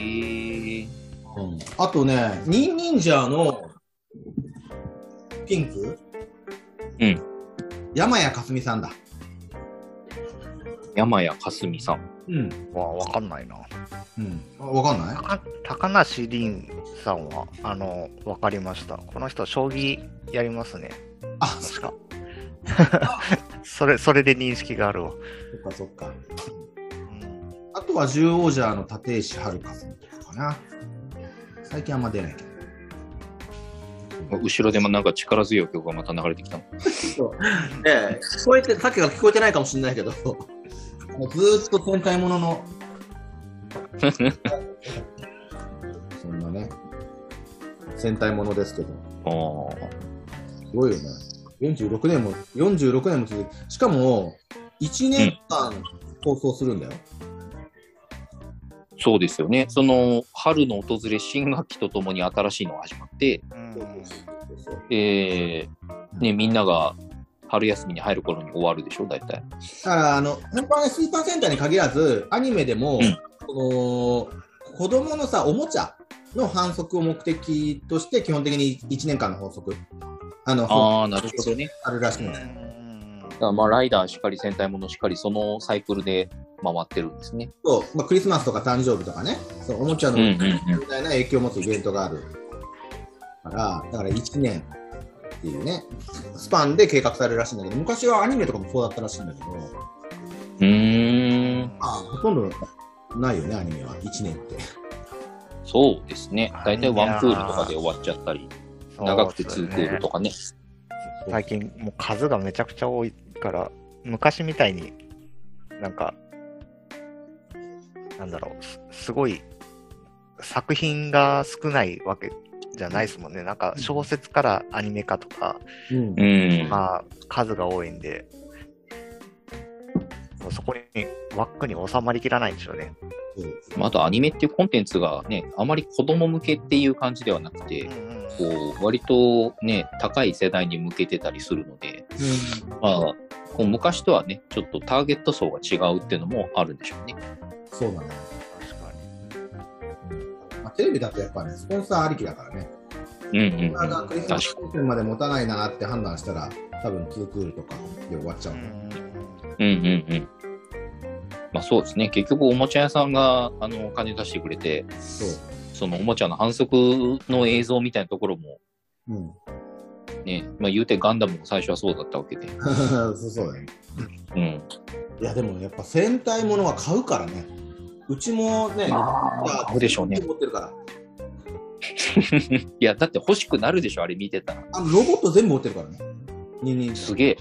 あとね、ニンニンジャーのピンク？ うん。 山谷かすみさんだ。 山谷かすみさん。 うん。わかんないな。 うん。わかんない？ 高梨凛さんは、わかりました。この人、将棋やりますね。 あ、 確か。それで認識があるわ。 そっか。あとは10王者の立石遥さんとかかな。最近あんま出ないけど。 後ろでもなんか力強い曲がまた流れてきたの。 そう。聞こえて、さっきから聞こえてないかもしれないけど、ずーっと戦隊ものの、そんなね、戦隊ものですけど。すごいよね。46年も続いて、しかも、1年間放送するんだよ。 そうですよね。その春の訪れ、新学期とともに新しいのが始まって、みんなが春休みに入る頃に終わるでしょ、大体。だから本当はね、スーパーセンターに限らず、アニメでも、子供のさ、おもちゃの反則を目的として、基本的に1年間の法則。 なるほどね。 あるらしいのね。 まあ、ライダーしかり、戦隊ものしかり、そのサイクルで回ってるんですね。 そう、クリスマスとか誕生日とかね、そうおもちゃのみたいな影響を持つイベントがあるから、だから1年っていうね、スパンで計画されるらしいんだけど、昔はアニメとかもそうだったらしいんだけど、ほとんどないよね、アニメは、1年って。 そうですね。大体ワンクールとかで終わっちゃったり、長くて2クールとかね。 最近もう数がめちゃくちゃ多いから、昔みたいになんか、すごい作品が少ないわけじゃないですもんね。なんか小説からアニメ化とか、まあ数が多いんで、そこに枠に収まりきらないんでしょうね。 あとアニメっていうコンテンツがね、あまり子供向けっていう感じではなくて、割とね、高い世代に向けてたりするので、昔とはね、ちょっとターゲット層が違うっていうのもあるんでしょうね。 そうだね。確かに。テレビだとやっぱね、スポンサーありきだからね。クリスマスシーズンまで持たないなって判断したら、多分2クールとかで終わっちゃうね。 まあそうですね。結局おもちゃ屋さんが金出してくれて、そのおもちゃの反則の映像みたいなところも、ね、まあ言うてガンダムも最初はそうだったわけで。 そうだね。いやでもやっぱ戦隊ものは買うからね。うちもね、 買うでしょうね。 持ってるから。 いやだって欲しくなるでしょ、あれ見てたら。 ロボット全部持ってるからね。 すげ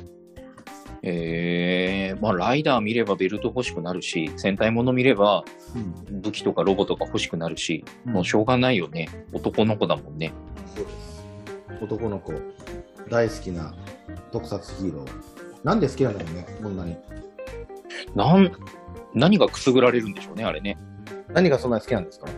え。まあライダー見ればベルト欲しくなるし、戦隊もの見れば武器とかロボとか欲しくなるし、もうしょうがないよね。男の子だもんね。 そうです。男の子大好きな特撮ヒーロー。なんで好きなんだろうね、こんなに。 何がくすぐられるんでしょうね、あれね。 何がそんなに好きなんですか？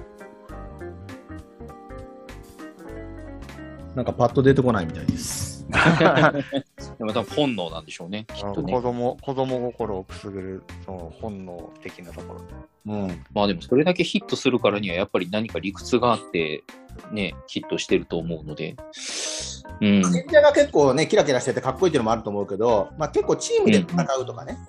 なんかパッと出てこないみたいです。 でも多分本能なんでしょうね、きっとね。 子供心をくすぐるその本能的なところ。 まあでもそれだけヒットするからにはやっぱり何か理屈があってね、ヒットしてると思うので。 演者が結構ね、キラキラしててかっこいいっていうのもあると思うけど、まあ結構チームで戦うとかね。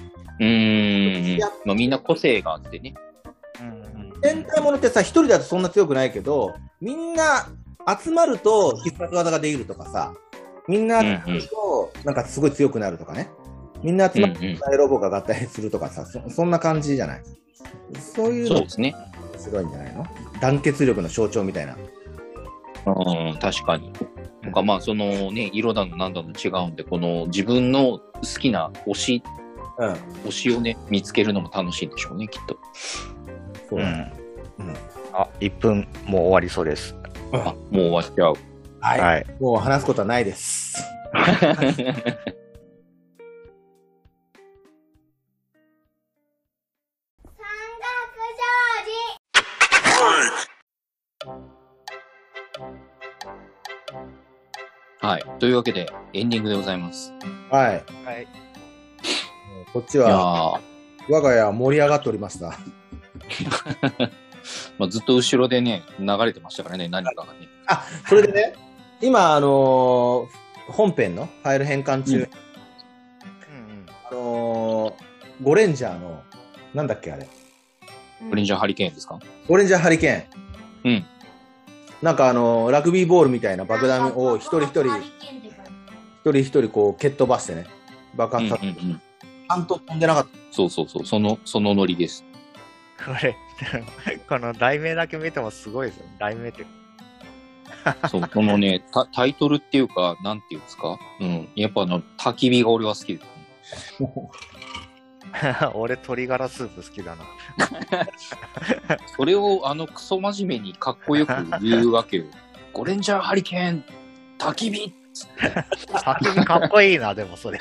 まあみんな個性があってね。 戦隊ものってさ、一人だとそんな強くないけど、みんな集まると必殺技ができるとかさ、みんな集まるとなんかすごい強くなるとかね。みんな集まるとロボが合体するとかさ、そんな感じじゃない。そういうのですね。 すごいんじゃないの？団結力の象徴みたいな。 確かに。とかまあそのね、色だのなんだの違うんで、この自分の好きな推しをね見つけるのも楽しいんでしょうね、きっと。 そうだね。 1分もう終わりそうです。 もう終わっちゃう。 はい。もう話すことはないです。 はい。というわけで、エンディングでございます。 はい。 はい。 こっちは、我が家は盛り上がっておりました。 まあずっと後ろでね、流れてましたからね、何かがね。 あ、それでね、今、本編のファイル変換中、ゴレンジャーの、なんだっけあれ。 ゴレンジャーハリケーンですか？ ゴレンジャーハリケーン。 うん。 なんかラグビーボールみたいな爆弾を一人一人こう蹴っ飛ばしてね、爆発させて、ちゃんと飛んでなかった。 そう、そのノリです。 これ、この題名だけ見てもすごいですよ。題名って。 そう、このね、タイトルっていうか、なんていうんですか？うん。やっぱ焚き火が俺は好きです。 俺、鶏ガラスープ好きだな。 それをクソ真面目にかっこよく言うわけよ。ゴレンジャーハリケーン、焚き火焚き火かっこいいな、でもそれ。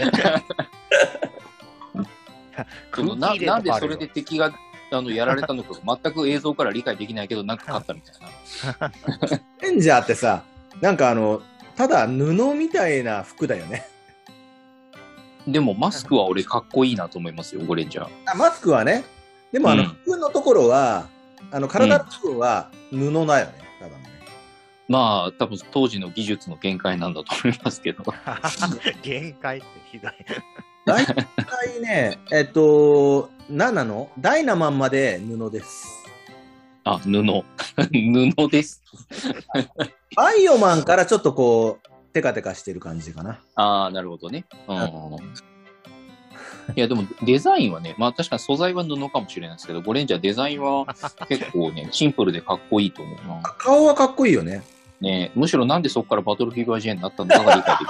なんでそれで敵がやられたのか全く映像から理解できないけど、なんか勝ったみたいな。 ゴレンジャーってさ、なんかただ布みたいな服だよね。 でもマスクは俺かっこいいなと思いますよ、ゴレンジャー。 マスクはね。でも服のところは、体の部分は布だよね。ただね。まあ、多分当時の技術の限界なんだと思いますけど。 限界ってひどい。 大体ね、何なの？ダイナマンまで布です。 あ、布です。 バイオマンからちょっとこう、テカテカしてる感じかな。 ああ、なるほどね。いや、でもデザインはね、まあ確かに素材は布かもしれないですけど、ゴレンジャーデザインは結構ね、シンプルでかっこいいと思うな。 顔はかっこいいよね。 ね、むしろなんでそこからバトルフィーバー J になったのかが理解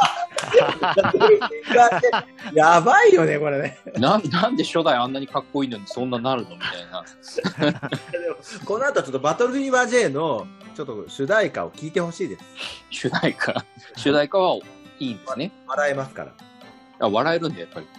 できない。やばいよね、これね。 なんで初代あんなにかっこいいのにそんななるのみたいな。 でもこの後ちょっとバトルフィーバー J のちょっと主題歌を聞いてほしいです。 主題歌はいいんですね。 笑えますから。 あ、笑えるんだやっぱり。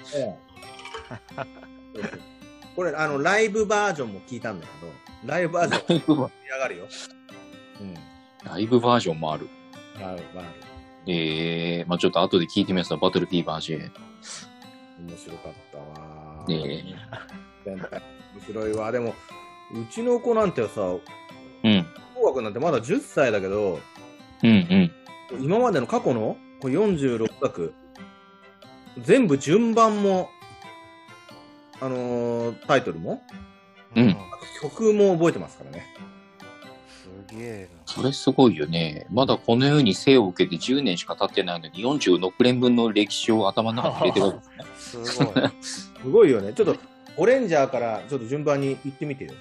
これライブバージョンも聞いたんだけど、ライブバージョン盛り上がるよ。 ライブバージョンもある。 ある。 まあちょっと後で聞いてみますわ、バトルフィーバー J。 面白かったわ。 面白いわ。でも、うちの子なんてさ、紅白なんてまだ10歳だけど、今までの過去のこれ46作、全部順番も、タイトルも、曲も覚えてますからね。 すげえな。 それすごいよね。まだこの世に生を受けて10年しか経ってないのに46年分の歴史を頭の中に入れてるわけですね。 すごい。 すごいよね。ちょっと、オレンジャーからちょっと順番に言ってみてよ。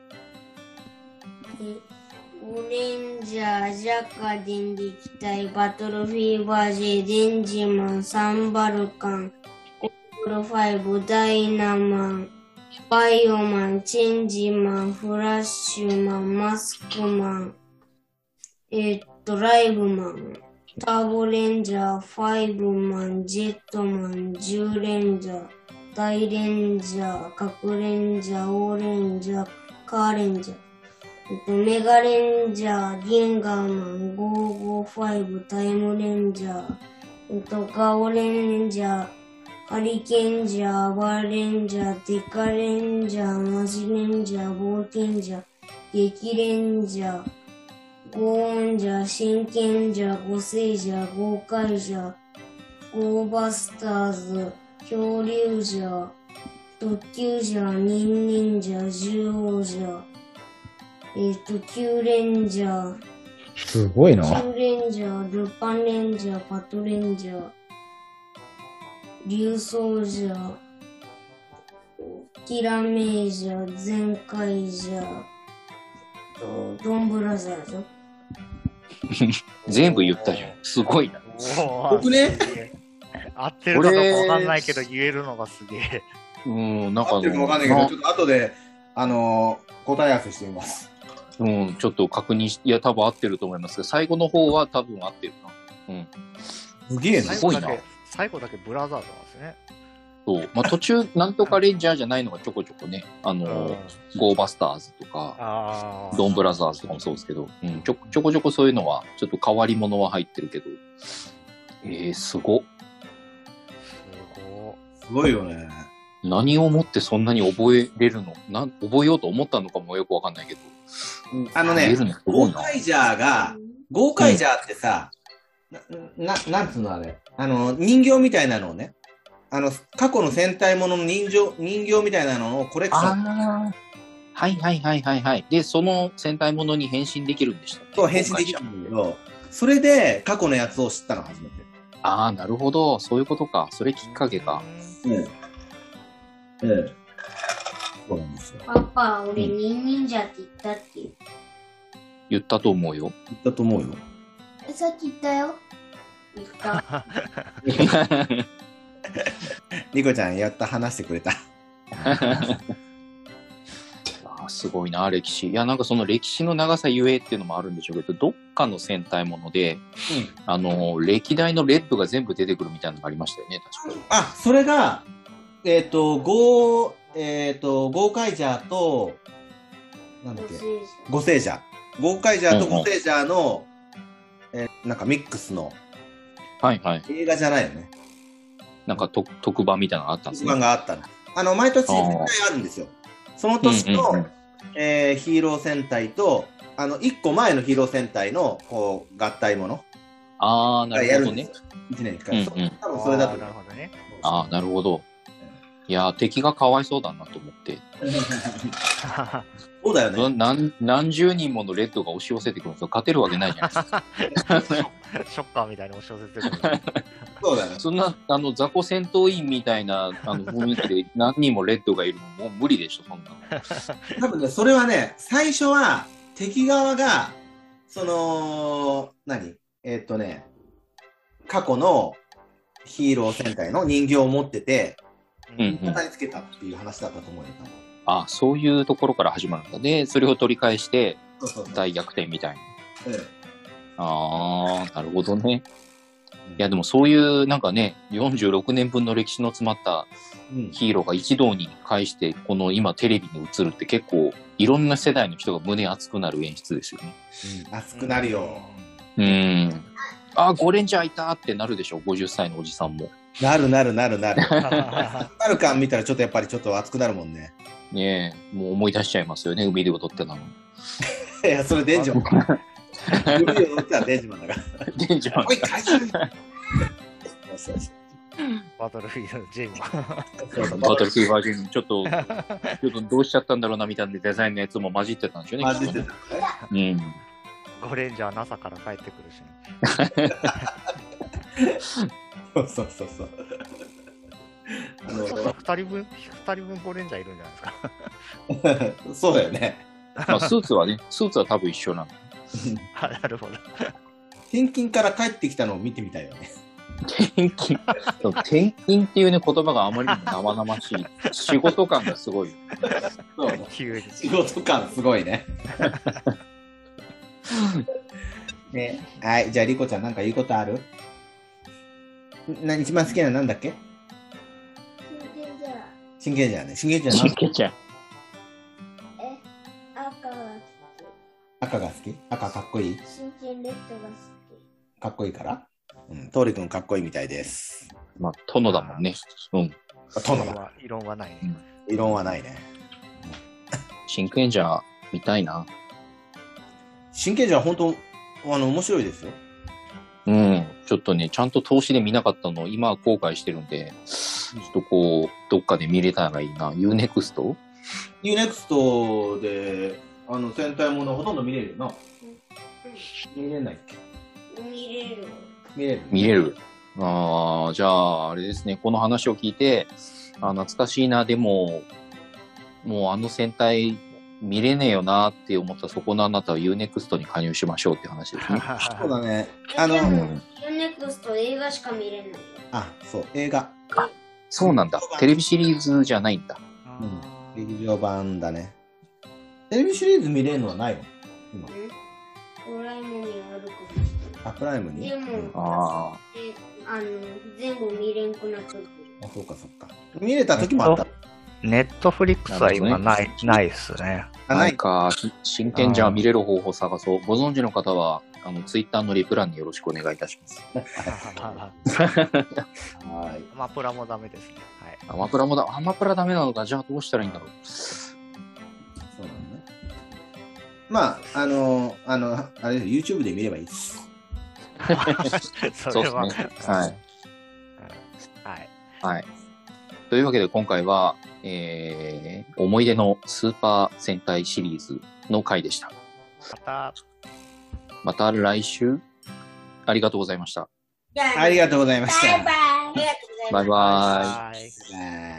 オレンジャー、ジャカ電撃隊、バトルフィーバー J、デンジマン、サンバルカン、オール5、ダイナマン、バイオマン、チェンジマン、フラッシュマン、マスクマン、ライブマン、ターボレンジャー、ファイブマン、ジェットマン、ジューレンジャー、大レンジャー、核レンジャー、オーレンジャー、カーレンジャー、メガレンジャー、ギンガーマン、555、タイムレンジャー、ガオレンジャー、ハリケンジャー、バーレンジャー、デカレンジャー、マジレンジャー、冒険ジャー、激レンジャー、ゴーンジャー、真剣ジャー、ゴセイジャー、ゴーカイジャー、ゴーバスターズ、恐竜ジャー、特急ジャー、ニンニンジャー、獣王ジャー、キューレンジャー、 すごいな。 キューレンジャー、ルパンレンジャー、パトレンジャー、竜奏ジャー、キラメージャー、全開ジャー、ドンブラザーズ。 全部言ったじゃん。すごいな。 僕ね、 合ってるかどうかわかんないけど言えるのがすげえ。 なんか合ってるかわかんないけど、ちょっと後で、答え合わせしてみます。 ちょっと確認いや、多分合ってると思いますけど、最後の方は多分合ってるな。 すげえな。 すごいな。 最後だけブラザーズなんですね。 そう。まあ途中、なんとかレンジャーじゃないのがちょこちょこね、ゴーバスターズとか、ドンブラザーズとかもそうですけど、ちょこちょこそういうのは、ちょっと変わり者は入ってるけど、すごっ。 すごいよね。 何をもってそんなに覚えれるの覚えようと思ったのかもよくわかんないけど。 ゴーカイジャーってさ、なんつうのあれ、人形みたいなのをね、過去の戦隊ものの人形みたいなのをコレクション。 はい。で、その戦隊ものに変身できるんでしたっけ？ そう、変身できるんだけど、それで過去のやつを知ったの初めて。 ああ、なるほど。そういうことか。それきっかけか。 そうなんですよ。 パパ、俺、忍者って言ったっけ？ 言ったと思うよ。 言ったと思うよ。 さっき言ったよ。言った。 リコちゃん、やった、話してくれた。 すごいな、歴史。いや、なんかその歴史の長さゆえっていうのもあるんでしょうけど、どっかの戦隊もので、歴代のレッドが全部出てくるみたいなのがありましたよね、確か。 あ、それが、ゴーカイジャーと、なんだっけ、ゴセイジャー。ゴーカイジャーとゴセイジャーの、なんかミックスの、映画じゃないよね。 なんか特番みたいなのがあったんですね。 特番があったの。毎年絶対あるんですよ。その年の、ヒーロー戦隊と、1個前のヒーロー戦隊の、こう、合体もの。 ああ、なるほどね。 1年1回。多分それだと。 なるほどね。 ああ、なるほど。いやー、敵がかわいそうだなと思って。 そうだよね。 何十人ものレッドが押し寄せてくるんですよ。勝てるわけないじゃないですか。 ショッカーみたいに押し寄せてくる。 そうだね。 そんな、雑魚戦闘員みたいな雰囲気で何人もレッドがいるのもう無理でしょ、そんなの。 多分ね、それはね、最初は敵側が、過去のヒーロー戦隊の人形を持ってて、味方につけたっていう話だったと思うよ、多分。 あ、そういうところから始まるんだ。で、それを取り返して、大逆転みたいな。ああ、なるほどね。いや、でもそういうなんかね、46年分の歴史の詰まったヒーローが一堂に会して、この今テレビに映るって結構いろんな世代の人が胸熱くなる演出ですよね。 熱くなるよ。 あ、ゴレンジャーいたってなるでしょ、50歳のおじさんも。 なる。なる感見たらちょっとやっぱりちょっと熱くなるもんね。 ねえ、もう思い出しちゃいますよね、海で踊ってたの。 いや、それデンジマン。海で踊ってたらデンジマンだから。 デンジマン。 バトルフィールドジェイマン。 バトルフィーバージェイマン、ちょっとどうしちゃったんだろうなみたいなデザインのやつも混じってたんでしょうね。 混じってたね。 ゴレンジャー NASA から帰ってくるし、ね。 そう。 2人分ゴレンジャーいるんじゃないですか。 そうだよね。 まあ、スーツは多分一緒なの。 なるほど。 転勤から帰ってきたのを見てみたいよね。 転勤っていうね、言葉があまりにも生々しい。仕事感がすごい。 そうね。仕事感すごいね。ね、はい、じゃあリコちゃんなんか言うことある？一番好きなのなんだっけ？真剣じゃね。真剣じゃん。赤が好き？赤かっこいい？ 真剣レッドが好き。 かっこいいから？トーリ君かっこいいみたいです。 まあ、殿だもんね。 殿だ。 異論はないね。 異論はないね。 真剣じゃ見たいな。 真剣じゃ本当面白いですよ。 ちょっとね、ちゃんと投資で見なかったのを今は後悔してるんで、ちょっとこう、どっかで見れたらいいな。UNEXT？ UNEXT で、戦隊ものほとんど見れるよな。見れないっけ？ 見れる。 ああ、じゃあ、あれですね、この話を聞いて、懐かしいな、でも、もう戦隊見れねえよなって思ったそこのあなたは UNEXT に加入しましょうっていう話ですね。 そうだね。 UNEXT 映画しか見れないよ。 あ、そう、映画。 あ、そうなんだ。テレビシリーズじゃないんだ。 劇場版だね。テレビシリーズ見れるのはないの？今。 プライムにあるかもしれない。 プライムに？ でも、全部見れんくなっちゃってる。 あ、そうかそうか。見れた時もあった。 ネットフリックスは今ないっすね。 ないか、真剣じゃ見れる方法を探そう。ご存知の方は、ツイッターのリプランによろしくお願いいたします。 はい。アマプラもダメですね。 はい。アマプラダメなのか、じゃあどうしたらいいんだろう。 そうなのね。まあ、あれ、YouTube で見ればいいです。 そうですね。はい。はい。はい。というわけで今回は、思い出のスーパー戦隊シリーズの回でした。また来週ありがとうございました。 ありがとうございました。 バイバイ。 バイバイ。